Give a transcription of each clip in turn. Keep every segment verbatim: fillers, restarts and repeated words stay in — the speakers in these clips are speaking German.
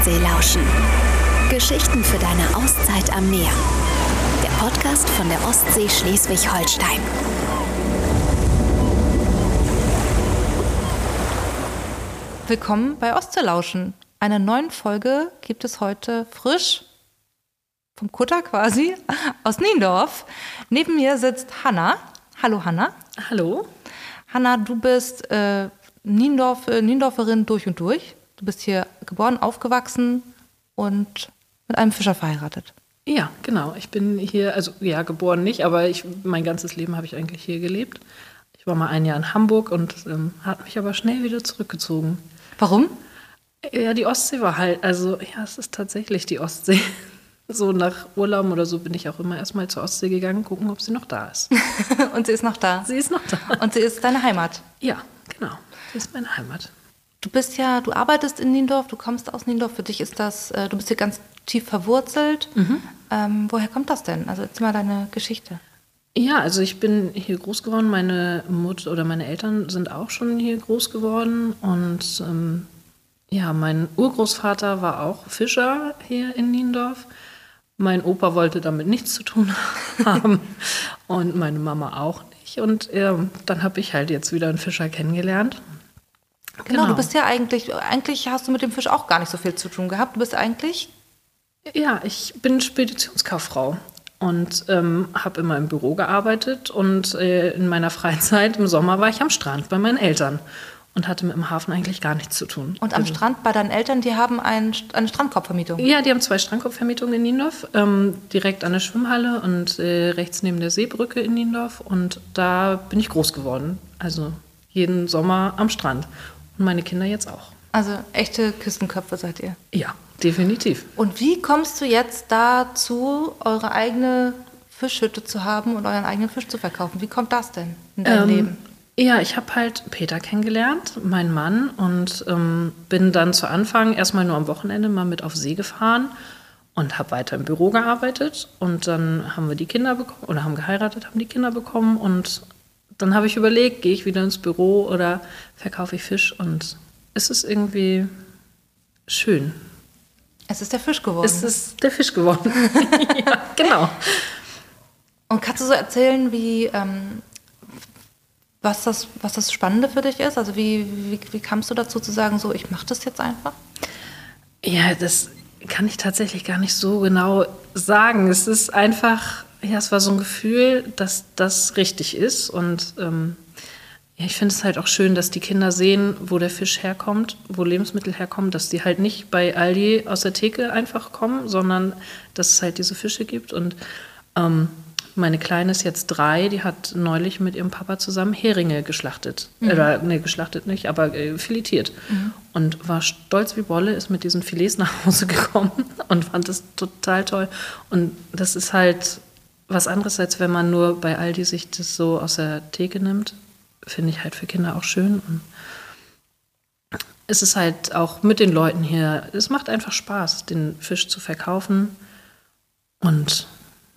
Ostsee lauschen. Geschichten für deine Auszeit am Meer. Der Podcast von der Ostsee Schleswig-Holstein. Willkommen bei Ostsee lauschen. Eine neue Folge gibt es heute frisch vom Kutter quasi aus Niendorf. Neben mir sitzt Hanna. Hallo Hanna. Hallo. Hanna, du bist äh, Niendorf, äh, Niendorferin durch und durch. Du bist hier geboren, aufgewachsen und mit einem Fischer verheiratet. Ja, genau. Ich bin hier, also ja, geboren nicht, aber ich, mein ganzes Leben habe ich eigentlich hier gelebt. Ich war mal ein Jahr in Hamburg und ähm, hat mich aber schnell wieder zurückgezogen. Warum? Ja, die Ostsee war halt, also ja, es ist tatsächlich die Ostsee. So nach Urlaub oder so bin ich auch immer erstmal zur Ostsee gegangen, gucken, ob sie noch da ist. Und sie ist noch da? Sie ist noch da. Und sie ist deine Heimat? Ja, genau. Sie ist meine Heimat. Du bist ja, du arbeitest in Niendorf, du kommst aus Niendorf. Für dich ist das, äh, du bist hier ganz tief verwurzelt. Mhm. Ähm, woher kommt das denn? Also erzähl mal deine Geschichte. Ja, also ich bin hier groß geworden. Meine Mutter oder meine Eltern sind auch schon hier groß geworden. Und ähm, ja, mein Urgroßvater war auch Fischer hier in Niendorf. Mein Opa wollte damit nichts zu tun haben und meine Mama auch nicht. Und ja, dann habe ich halt jetzt wieder einen Fischer kennengelernt. Genau, genau, du bist ja eigentlich, eigentlich hast du mit dem Fisch auch gar nicht so viel zu tun gehabt. Du bist eigentlich... Ja, ich bin Speditionskauffrau und ähm, habe immer im Büro gearbeitet. Und äh, in meiner Freizeit im Sommer war ich am Strand bei meinen Eltern. Und hatte mit dem Hafen eigentlich gar nichts zu tun. Und am also, Strand bei deinen Eltern, die haben ein, eine Strandkorbvermietung? Ja, die haben zwei Strandkorbvermietungen in Niendorf, ähm, direkt an der Schwimmhalle und äh, rechts neben der Seebrücke in Niendorf. Und da bin ich groß geworden, also jeden Sommer am Strand. Und meine Kinder jetzt auch. Also echte Küstenköpfe seid ihr? Ja, definitiv. Und wie kommst du jetzt dazu, eure eigene Fischhütte zu haben und euren eigenen Fisch zu verkaufen? Wie kommt das denn in deinem ähm, Leben? Ja, ich habe halt Peter kennengelernt, meinen Mann, und ähm, bin dann zu Anfang erstmal nur am Wochenende mal mit auf See gefahren und habe weiter im Büro gearbeitet. Und dann haben wir die Kinder bekommen, oder haben geheiratet, haben die Kinder bekommen. Und dann habe ich überlegt, gehe ich wieder ins Büro oder verkaufe ich Fisch? Und es ist irgendwie schön. Es ist der Fisch geworden. Es ist der Fisch geworden, ja, genau. Und kannst du so erzählen, wie... Ähm Was das, was das Spannende für dich ist? Also wie, wie, wie kamst du dazu zu sagen, so ich mache das jetzt einfach? Ja, das kann ich tatsächlich gar nicht so genau sagen. Es ist einfach, ja, es war so ein Gefühl, dass das richtig ist. Und ähm, ja, ich finde es halt auch schön, dass die Kinder sehen, wo der Fisch herkommt, wo Lebensmittel herkommen, dass die halt nicht bei Aldi aus der Theke einfach kommen, sondern dass es halt diese Fische gibt. Und ähm, meine Kleine ist jetzt drei, die hat neulich mit ihrem Papa zusammen Heringe geschlachtet. Mhm. Äh, nee, geschlachtet nicht, aber äh, filetiert. Mhm. Und war stolz wie Bolle, ist mit diesen Filets nach Hause gekommen und fand das total toll. Und das ist halt was anderes, als wenn man nur bei Aldi sich das so aus der Theke nimmt. Finde ich halt für Kinder auch schön. Und es ist halt auch mit den Leuten hier, es macht einfach Spaß, den Fisch zu verkaufen. Und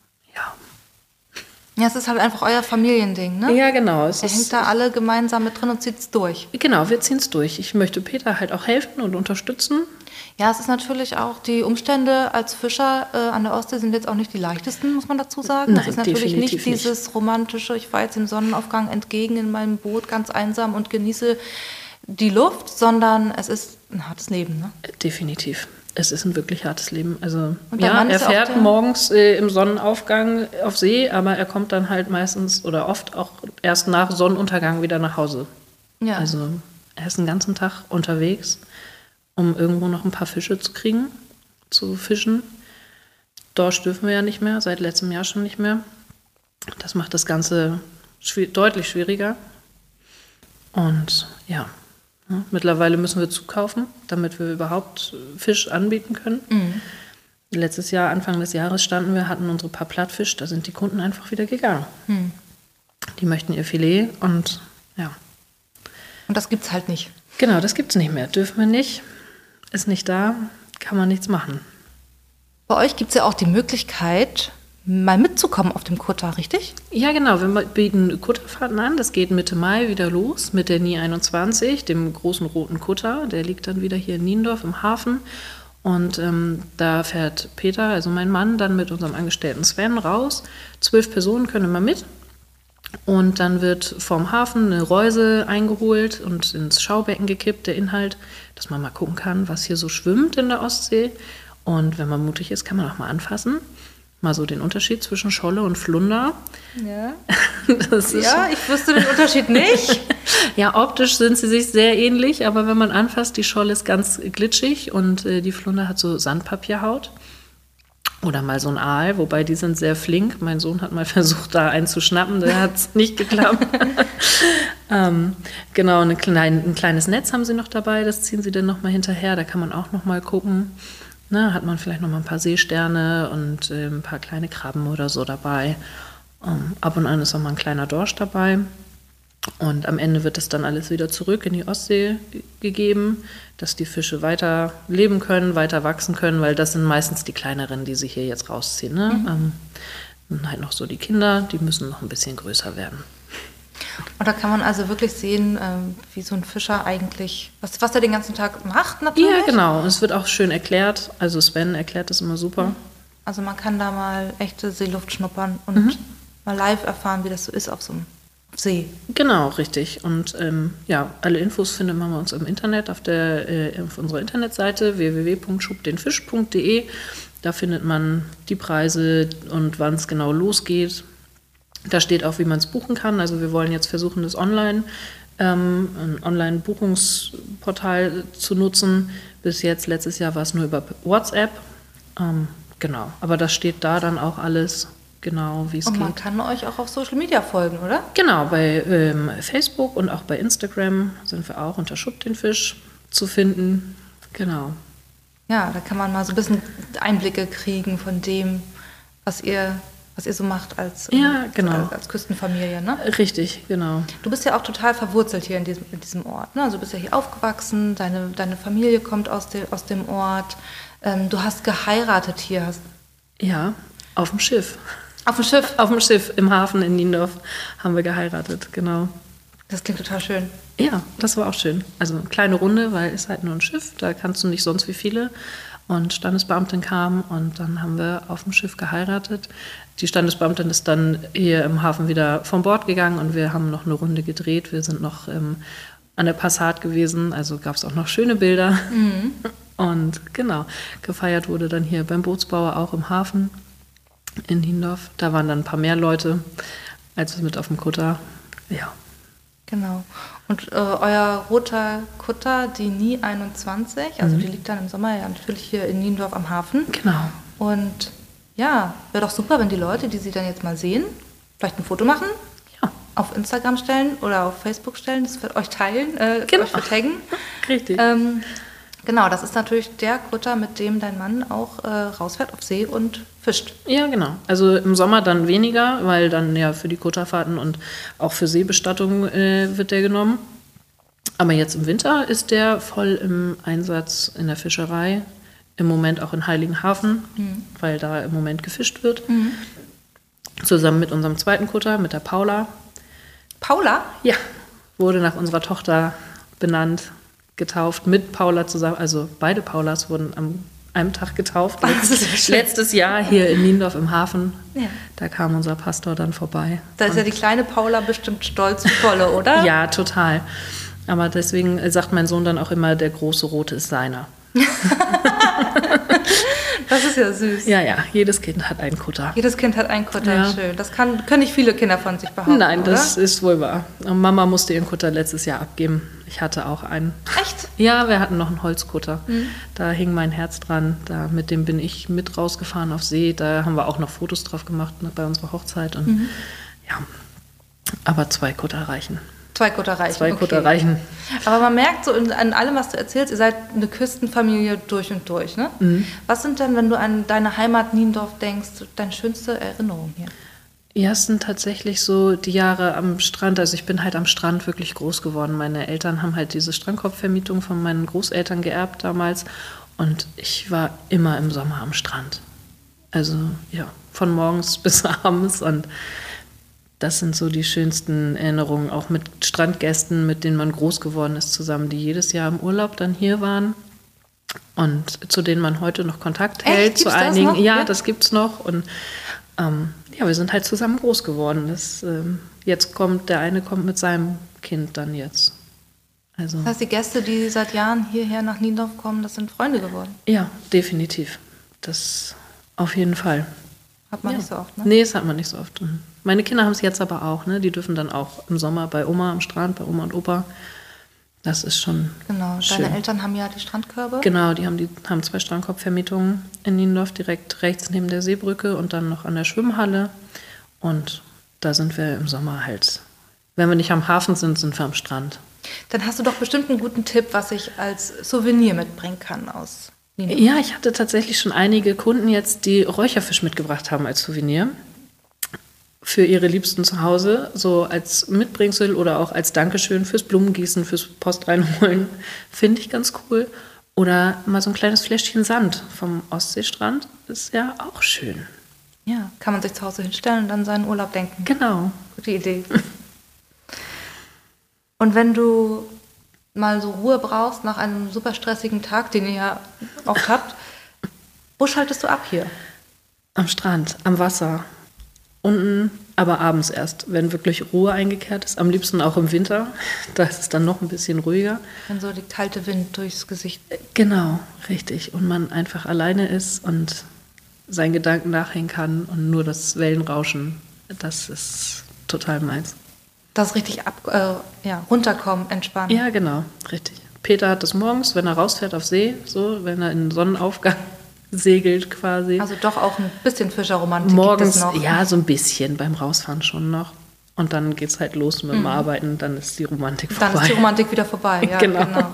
ja, es ist halt einfach euer Familiending, ne? Ja, genau. Es Ihr ist, hängt da alle gemeinsam mit drin und zieht es durch. Genau, wir ziehen es durch. Ich möchte Peter halt auch helfen und unterstützen. Ja, es ist natürlich auch, die Umstände als Fischer äh, an der Ostsee sind jetzt auch nicht die leichtesten, muss man dazu sagen. Nein, das ist natürlich nicht nicht dieses romantische, ich fahre jetzt dem Sonnenaufgang entgegen in meinem Boot ganz einsam und genieße die Luft, sondern es ist ein hartes Leben, ne? Definitiv. Es ist ein wirklich hartes Leben. Also ja, er fährt morgens äh, im Sonnenaufgang auf See, aber er kommt dann halt meistens oder oft auch erst nach Sonnenuntergang wieder nach Hause. Ja. Also er ist den ganzen Tag unterwegs, um irgendwo noch ein paar Fische zu kriegen, zu fischen. Dorsch dürfen wir ja nicht mehr, seit letztem Jahr schon nicht mehr. Das macht das Ganze schw- deutlich schwieriger. Und ja, Ja, mittlerweile müssen wir zukaufen, damit wir überhaupt Fisch anbieten können. Mhm. Letztes Jahr, Anfang des Jahres standen wir, hatten unsere paar Plattfisch, da sind die Kunden einfach wieder gegangen. Mhm. Die möchten ihr Filet und ja. Und das gibt's halt nicht. Genau, das gibt's nicht mehr. Dürfen wir nicht, ist nicht da, kann man nichts machen. Bei euch gibt's ja auch die Möglichkeit, mal mitzukommen auf dem Kutter, richtig? Ja, genau. Wir bieten Kutterfahrten an. Das geht Mitte Mai wieder los mit der N I einundzwanzig, dem großen roten Kutter. Der liegt dann wieder hier in Niendorf im Hafen. Und ähm, da fährt Peter, also mein Mann, dann mit unserem Angestellten Sven raus. Zwölf Personen können immer mit. Und dann wird vom Hafen eine Reuse eingeholt und ins Schaubecken gekippt, der Inhalt, dass man mal gucken kann, was hier so schwimmt in der Ostsee. Und wenn man mutig ist, kann man auch mal anfassen. Mal so den Unterschied zwischen Scholle und Flunder. Ja, Das ist ja ich wüsste den Unterschied nicht. Ja, optisch sind sie sich sehr ähnlich, aber wenn man anfasst, die Scholle ist ganz glitschig und äh, die Flunder hat so Sandpapierhaut. Oder mal so ein Aal, wobei die sind sehr flink. Mein Sohn hat mal versucht, da einen zu schnappen, der hat es nicht geklappt. ähm, genau, eine klein, ein kleines Netz haben sie noch dabei, das ziehen sie dann nochmal hinterher, da kann man auch nochmal gucken. Na, hat man vielleicht nochmal ein paar Seesterne und äh, ein paar kleine Krabben oder so dabei. Ähm, ab und an ist auch mal ein kleiner Dorsch dabei. Und am Ende wird das dann alles wieder zurück in die Ostsee gegeben, dass die Fische weiter leben können, weiter wachsen können, weil das sind meistens die kleineren, die sich hier jetzt rausziehen. Ne? Mhm. Ähm, und halt noch so die Kinder, die müssen noch ein bisschen größer werden. Und da kann man also wirklich sehen, ähm, wie so ein Fischer eigentlich, was, was er den ganzen Tag macht natürlich. Ja, genau. Und es wird auch schön erklärt. Also Sven erklärt das immer super. Also man kann da mal echte Seeluft schnuppern und mhm. mal live erfahren, wie das so ist auf so einem See. Genau, richtig. Und ähm, ja, alle Infos findet man bei uns im Internet auf, der, äh, auf unserer Internetseite w w w punkt schub den fisch punkt d e. Da findet man die Preise und wann es genau losgeht. Da steht auch, wie man es buchen kann. Also wir wollen jetzt versuchen, das online, ähm, ein Online-Buchungsportal zu nutzen. Bis jetzt, letztes Jahr war es nur über WhatsApp. Ähm, genau, aber das steht da dann auch alles. Genau, wie es geht. Und man kann euch auch auf Social Media folgen, oder? Genau, bei ähm, Facebook und auch bei Instagram sind wir auch unter Schub den Fisch zu finden. Genau. Ja, da kann man mal so ein bisschen Einblicke kriegen von dem, was ihr, was ihr so macht als, ja, genau. als, als Küstenfamilie, ne? Richtig, genau. Du bist ja auch total verwurzelt hier in diesem, in diesem Ort, ne? Also du bist ja hier aufgewachsen, deine, deine Familie kommt aus, de, aus dem Ort. Ähm, du hast geheiratet hier. Hast ja, auf dem Schiff. Auf dem Schiff? Auf dem Schiff im Hafen in Niendorf haben wir geheiratet, genau. Das klingt total schön. Ja, das war auch schön. Also eine kleine Runde, weil es halt nur ein Schiff, da kannst du nicht sonst wie viele. Und Standesbeamtin kam und dann haben wir auf dem Schiff geheiratet. Die Standesbeamtin ist dann hier im Hafen wieder von Bord gegangen und wir haben noch eine Runde gedreht. Wir sind noch ähm, an der Passat gewesen, also gab es auch noch schöne Bilder. Mhm. Und genau, gefeiert wurde dann hier beim Bootsbauer auch im Hafen in Niendorf. Da waren dann ein paar mehr Leute als mit auf dem Kutter. Ja. Genau. Und äh, euer roter Kutter, die Nie einundzwanzig, also mhm. die liegt dann im Sommer ja natürlich hier in Niendorf am Hafen. Genau. Und ja, wäre doch super, wenn die Leute, die sie dann jetzt mal sehen, vielleicht ein Foto machen, ja. auf Instagram stellen oder auf Facebook stellen, das wird euch teilen, äh, genau. euch vertaggen. Richtig. Ähm, Genau, das ist natürlich der Kutter, mit dem dein Mann auch äh, rausfährt auf See und fischt. Ja, genau. Also im Sommer dann weniger, weil dann ja für die Kutterfahrten und auch für Seebestattung äh, wird der genommen. Aber jetzt im Winter ist der voll im Einsatz in der Fischerei, im Moment auch in Heiligenhafen, mhm. weil da im Moment gefischt wird. Mhm. Zusammen mit unserem zweiten Kutter, mit der Paula. Paula? Ja, wurde nach unserer Tochter benannt. Getauft mit Paula zusammen, also beide Paulas wurden am einem Tag getauft. Letztes, letztes Jahr hier in Niendorf im Hafen. Ja. Da kam unser Pastor dann vorbei. Da ist ja die kleine Paula bestimmt stolz wie Bolle, oder? Ja, total. Aber deswegen sagt mein Sohn dann auch immer, der große Rote ist seiner. Das ist ja süß. Ja, ja, jedes Kind hat einen Kutter. Jedes Kind hat einen Kutter, ja. Schön. Das kann, können nicht viele Kinder von sich behaupten, Nein, oder? Das ist wohl wahr. Und Mama musste ihren Kutter letztes Jahr abgeben. Ich hatte auch einen. Echt? Ja, wir hatten noch einen Holzkutter. Mhm. Da hing mein Herz dran. Da, mit dem bin ich mit rausgefahren auf See. Da haben wir auch noch Fotos drauf gemacht bei unserer Hochzeit. Und mhm. ja, aber zwei Kutter reichen. Zwei Kutter reichen. Zwei okay. Kutter reichen. Aber man merkt so in, an allem, was du erzählst, ihr seid eine Küstenfamilie durch und durch, ne? Mhm. Was sind denn, wenn du an deine Heimat Niendorf denkst, deine schönste Erinnerung hier? Ja, es sind tatsächlich so die Jahre am Strand. Also ich bin halt am Strand wirklich groß geworden. Meine Eltern haben halt diese Strandkorbvermietung von meinen Großeltern geerbt damals. Und ich war immer im Sommer am Strand. Also ja, von morgens bis abends. Und das sind so die schönsten Erinnerungen, auch mit Strandgästen, mit denen man groß geworden ist zusammen, die jedes Jahr im Urlaub dann hier waren. und zu denen man heute noch Kontakt Echt? hält. Zu Gibt's das einigen. noch? Ja, Ja. das gibt's noch. Und ähm, ja, wir sind halt zusammen groß geworden. Das, ähm, jetzt kommt, der eine kommt mit seinem Kind dann jetzt. Also, Das heißt, die Gäste, die seit Jahren hierher nach Niendorf kommen, das sind Freunde geworden. ja, definitiv. Das auf jeden Fall. Hat man Ja. nicht so oft, ne? Nee, das hat man nicht so oft. Mhm. Meine Kinder haben es jetzt aber auch. Ne? Die dürfen dann auch im Sommer bei Oma am Strand, bei Oma und Opa. Das ist schon Genau, schön. deine Eltern haben ja die Strandkörbe. Genau, die haben, die haben zwei Strandkorbvermietungen in Niendorf, direkt rechts neben der Seebrücke und dann noch an der Schwimmhalle. Und da sind wir im Sommer halt. Wenn wir nicht am Hafen sind, sind wir am Strand. Dann hast du doch bestimmt einen guten Tipp, was ich als Souvenir mitbringen kann aus Niendorf. Ja, ich hatte tatsächlich schon einige Kunden jetzt, die Räucherfisch mitgebracht haben als Souvenir für ihre Liebsten zu Hause, so als Mitbringsel oder auch als Dankeschön fürs Blumengießen, fürs Post reinholen. Finde ich ganz cool. Oder mal so ein kleines Fläschchen Sand vom Ostseestrand ist ja auch schön. Ja, kann man sich zu Hause hinstellen und an seinen Urlaub denken. Genau. Gute Idee. Und wenn du mal so Ruhe brauchst nach einem super stressigen Tag, den ihr ja oft habt, wo schaltest du ab hier? Am Strand, am Wasser. Unten, aber abends erst, wenn wirklich Ruhe eingekehrt ist. Am liebsten auch im Winter. Da ist es dann noch ein bisschen ruhiger. Wenn so der kalte Wind durchs Gesicht. Genau, richtig. Und man einfach alleine ist und seinen Gedanken nachhängen kann und nur das Wellenrauschen, das ist total meins. Das richtig ab, äh, ja, runterkommen, entspannen. Ja, genau, richtig. Peter hat das morgens, wenn er rausfährt auf See, so, wenn er in den Sonnenaufgang segelt quasi. Also doch auch ein bisschen Fischerromantik Morgens, gibt es noch. ja, so ein bisschen, beim Rausfahren schon noch. Und dann geht es halt los mit dem Arbeiten, dann ist die Romantik vorbei. Dann ist die Romantik wieder vorbei. Ja, Genau. genau.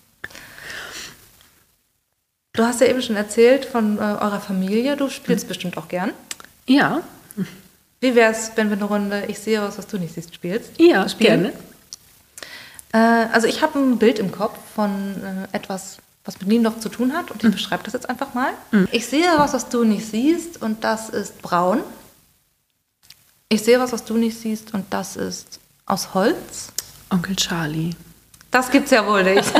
Du hast ja eben schon erzählt von äh, eurer Familie. Du spielst bestimmt auch gern. Ja, Wie wäre es, wenn wir eine Runde Ich sehe was, was du nicht siehst, spielst? ja, Das Spielen? gerne. Äh, also ich habe ein Bild im Kopf von äh, etwas, was mit Niendorf zu tun hat. Und ich beschreibe das jetzt einfach mal. Ich sehe was, was du nicht siehst. Und das ist braun. Ich sehe was, was du nicht siehst. Und das ist aus Holz. Onkel Charlie. Das gibt's ja wohl nicht.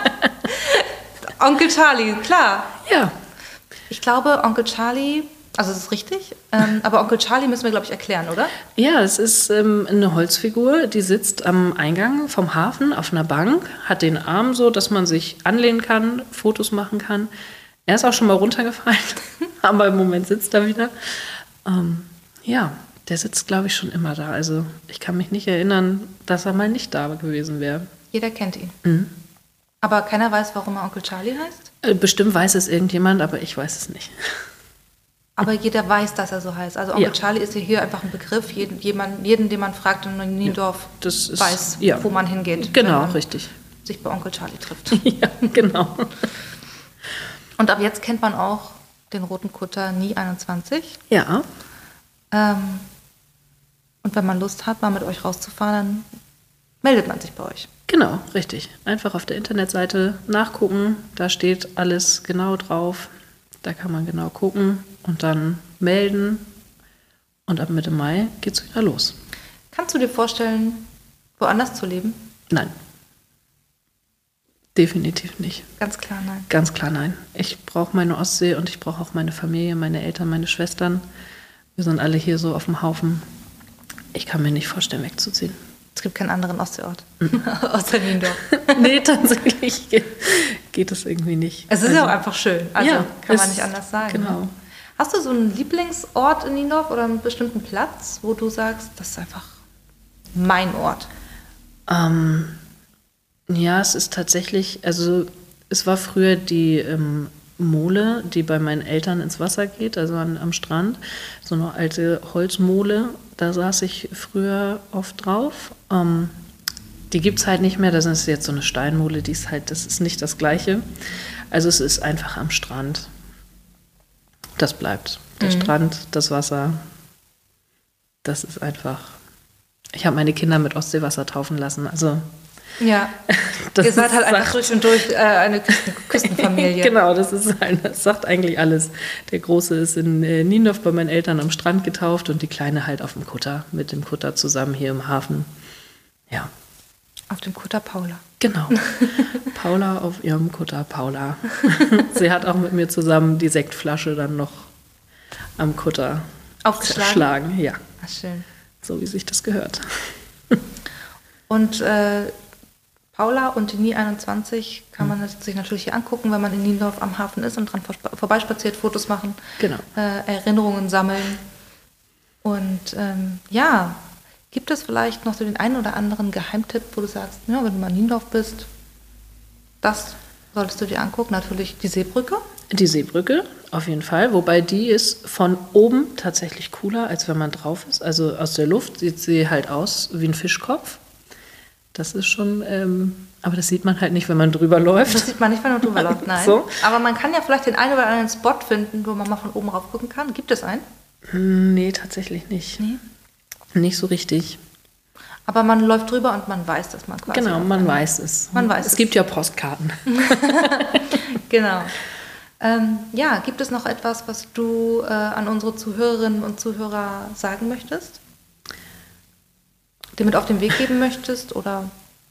Onkel Charlie, klar. Ja, Ich glaube, Onkel Charlie, also das ist richtig, ähm, aber Onkel Charlie müssen wir, glaube ich, erklären, oder? ja, es ist ähm, eine Holzfigur, die sitzt am Eingang vom Hafen auf einer Bank, hat den Arm so, dass man sich anlehnen kann, Fotos machen kann. Er ist auch schon mal runtergefallen, aber im Moment sitzt er wieder. Ähm, ja, der sitzt, glaube ich, schon immer da. Also ich kann mich nicht erinnern, dass er mal nicht da gewesen wäre. Jeder kennt ihn. Mhm. Aber keiner weiß, warum er Onkel Charlie heißt. Äh, Bestimmt weiß es irgendjemand, aber ich weiß es nicht. Aber jeder weiß, dass er so heißt. Also Onkel Ja. Charlie ist ja hier einfach ein Begriff. Jeden, jemand, jeden, den man fragt in Niendorf, Das ist, weiß, ja. wo man hingeht, Genau, wenn man richtig. sich bei Onkel Charlie trifft. Ja, genau. Und ab jetzt kennt man auch den roten Kutter Nie einundzwanzig. Ja, Ähm, und wenn man Lust hat, mal mit euch rauszufahren, dann meldet man sich bei euch. genau, richtig. Einfach auf der Internetseite nachgucken, da steht alles genau drauf. Da kann man genau gucken und dann melden. Und ab Mitte Mai geht's wieder los. Kannst du dir vorstellen, woanders zu leben? Nein. Definitiv nicht. Ganz klar, nein. Ganz klar nein. Ich brauche meine Ostsee und ich brauche auch meine Familie, meine Eltern, meine Schwestern. Wir sind alle hier so auf dem Haufen. Ich kann mir nicht vorstellen, wegzuziehen. Es gibt keinen anderen Ostseeort außer Niendorf. Nee, tatsächlich geht, geht es irgendwie nicht. Es ist ja auch einfach schön. Also ja, kann man es- nicht anders sagen. Genau. Hast du so einen Lieblingsort in Niendorf oder einen bestimmten Platz, wo du sagst, das ist einfach mein Ort? Ähm, ja, es ist tatsächlich, also es war früher die ähm, Mole, die bei meinen Eltern ins Wasser geht, also an, am Strand. So eine alte Holzmole, da saß ich früher oft drauf. Ähm, die gibt es halt nicht mehr, das ist jetzt so eine Steinmole, die ist halt, das ist nicht das Gleiche. Also es ist einfach am Strand. Das bleibt. Der Mhm. Strand, das Wasser, das ist einfach. Ich habe meine Kinder mit Ostseewasser taufen lassen, also Ja, das ihr seid halt sagt- einfach durch und durch äh, eine Küsten Küstenfamilie. Genau, das ist ein, das sagt eigentlich alles. Der Große ist in äh, Niendorf bei meinen Eltern am Strand getauft und die Kleine halt auf dem Kutter, mit dem Kutter zusammen hier im Hafen. Ja, Auf dem Kutter Paula. Genau. Paula auf ihrem Kutter, Paula. Sie hat auch mit mir zusammen die Sektflasche dann noch am Kutter Aufgeschlagen? zerschlagen. Ja. Ach, schön. So wie sich das gehört. Und äh, Paula und die N I einundzwanzig kann man sich natürlich hier angucken, wenn man in Niendorf am Hafen ist und dran vor- vorbeispaziert, Fotos machen, Genau. äh, Erinnerungen sammeln. Und ähm, ja, gibt es vielleicht noch so den einen oder anderen Geheimtipp, wo du sagst, ja, wenn du mal in Niendorf bist, das solltest du dir angucken. Natürlich die Seebrücke. Die Seebrücke, auf jeden Fall. Wobei die ist von oben tatsächlich cooler, als wenn man drauf ist. Also aus der Luft sieht sie halt aus wie ein Fischkopf. Das ist schon, ähm, aber das sieht man halt nicht, wenn man drüber läuft. Das sieht man nicht, wenn man drüber läuft, nein. So. Aber man kann ja vielleicht den einen oder anderen Spot finden, wo man mal von oben rauf gucken kann. Gibt es einen? Nee, tatsächlich nicht. Nee. Nicht so richtig. Aber man läuft drüber und man weiß, dass man quasi... Genau, auf man einem- weiß es. Man weiß es. es. gibt ja Postkarten. Genau. Ähm, ja, gibt es noch etwas, was du äh, an unsere Zuhörerinnen und Zuhörer sagen möchtest? Dir mit auf den Weg geben möchtest? Oder?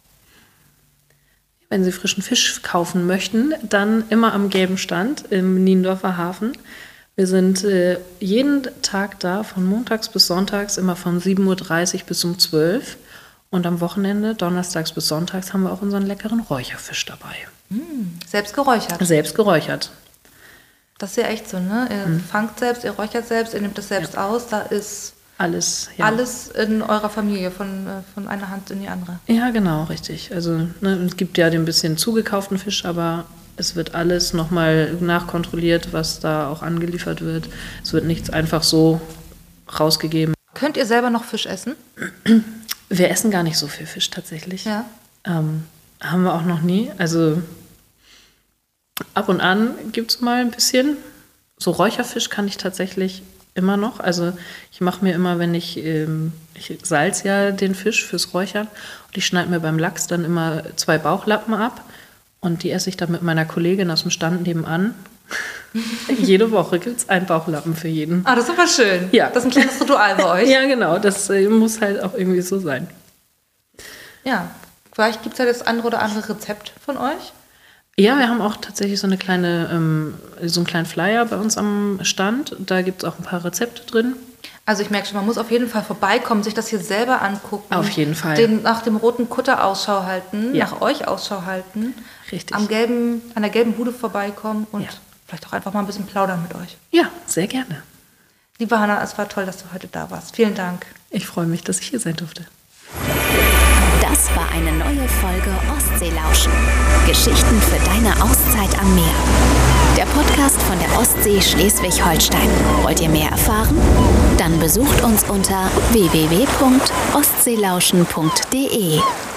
Wenn Sie frischen Fisch kaufen möchten, dann immer am gelben Stand im Niendorfer Hafen. Wir sind äh, jeden Tag da, von montags bis sonntags, immer von sieben Uhr dreißig bis um zwölf. Und am Wochenende, donnerstags bis sonntags, haben wir auch unseren leckeren Räucherfisch dabei. Selbst geräuchert. Selbst geräuchert. Das ist ja echt so, ne? Ihr Mhm. fangt selbst, ihr räuchert selbst, ihr nehmt es selbst aus. Da ist Alles, ja. alles in eurer Familie, von, äh, von einer Hand in die andere. Ja, genau, richtig. Also ne, es gibt ja den bisschen zugekauften Fisch, aber es wird alles nochmal nachkontrolliert, was da auch angeliefert wird. Es wird nichts einfach so rausgegeben. Könnt ihr selber noch Fisch essen? Wir essen gar nicht so viel Fisch tatsächlich. Ja. Ähm, haben wir auch noch nie. Also ab und an gibt es mal ein bisschen. So Räucherfisch kann ich tatsächlich immer noch. Also ich mache mir immer, wenn ich, ähm, ich salz ja den Fisch fürs Räuchern und ich schneide mir beim Lachs dann immer zwei Bauchlappen ab und die esse ich dann mit meiner Kollegin aus dem Stand nebenan. Jede Woche gibt es einen Bauchlappen für jeden. Ah, das ist aber schön. Ja. Das ist ein kleines Ritual bei euch. Ja, genau. Das äh, muss halt auch irgendwie so sein. Ja. Vielleicht gibt es ja das andere oder andere Rezept von euch. Ja, wir haben auch tatsächlich so eine kleine, ähm, so einen kleinen Flyer bei uns am Stand. Da gibt es auch ein paar Rezepte drin. Also ich merke schon, man muss auf jeden Fall vorbeikommen, sich das hier selber angucken. Auf jeden Fall. Den, nach dem roten Kutter Ausschau halten, Ja. nach euch Ausschau halten. Richtig. Am gelben, an der gelben Bude vorbeikommen und Ja. vielleicht auch einfach mal ein bisschen plaudern mit euch. Ja, sehr gerne. Liebe Hanna, es war toll, dass du heute da warst. Vielen Dank. Ich freue mich, dass ich hier sein durfte. Das war eine neue Folge Ostseelauschen. Geschichten für deine Auszeit am Meer. Der Podcast von der Ostsee Schleswig-Holstein. Wollt ihr mehr erfahren? Dann besucht uns unter w w w punkt ostseelauschen punkt d e.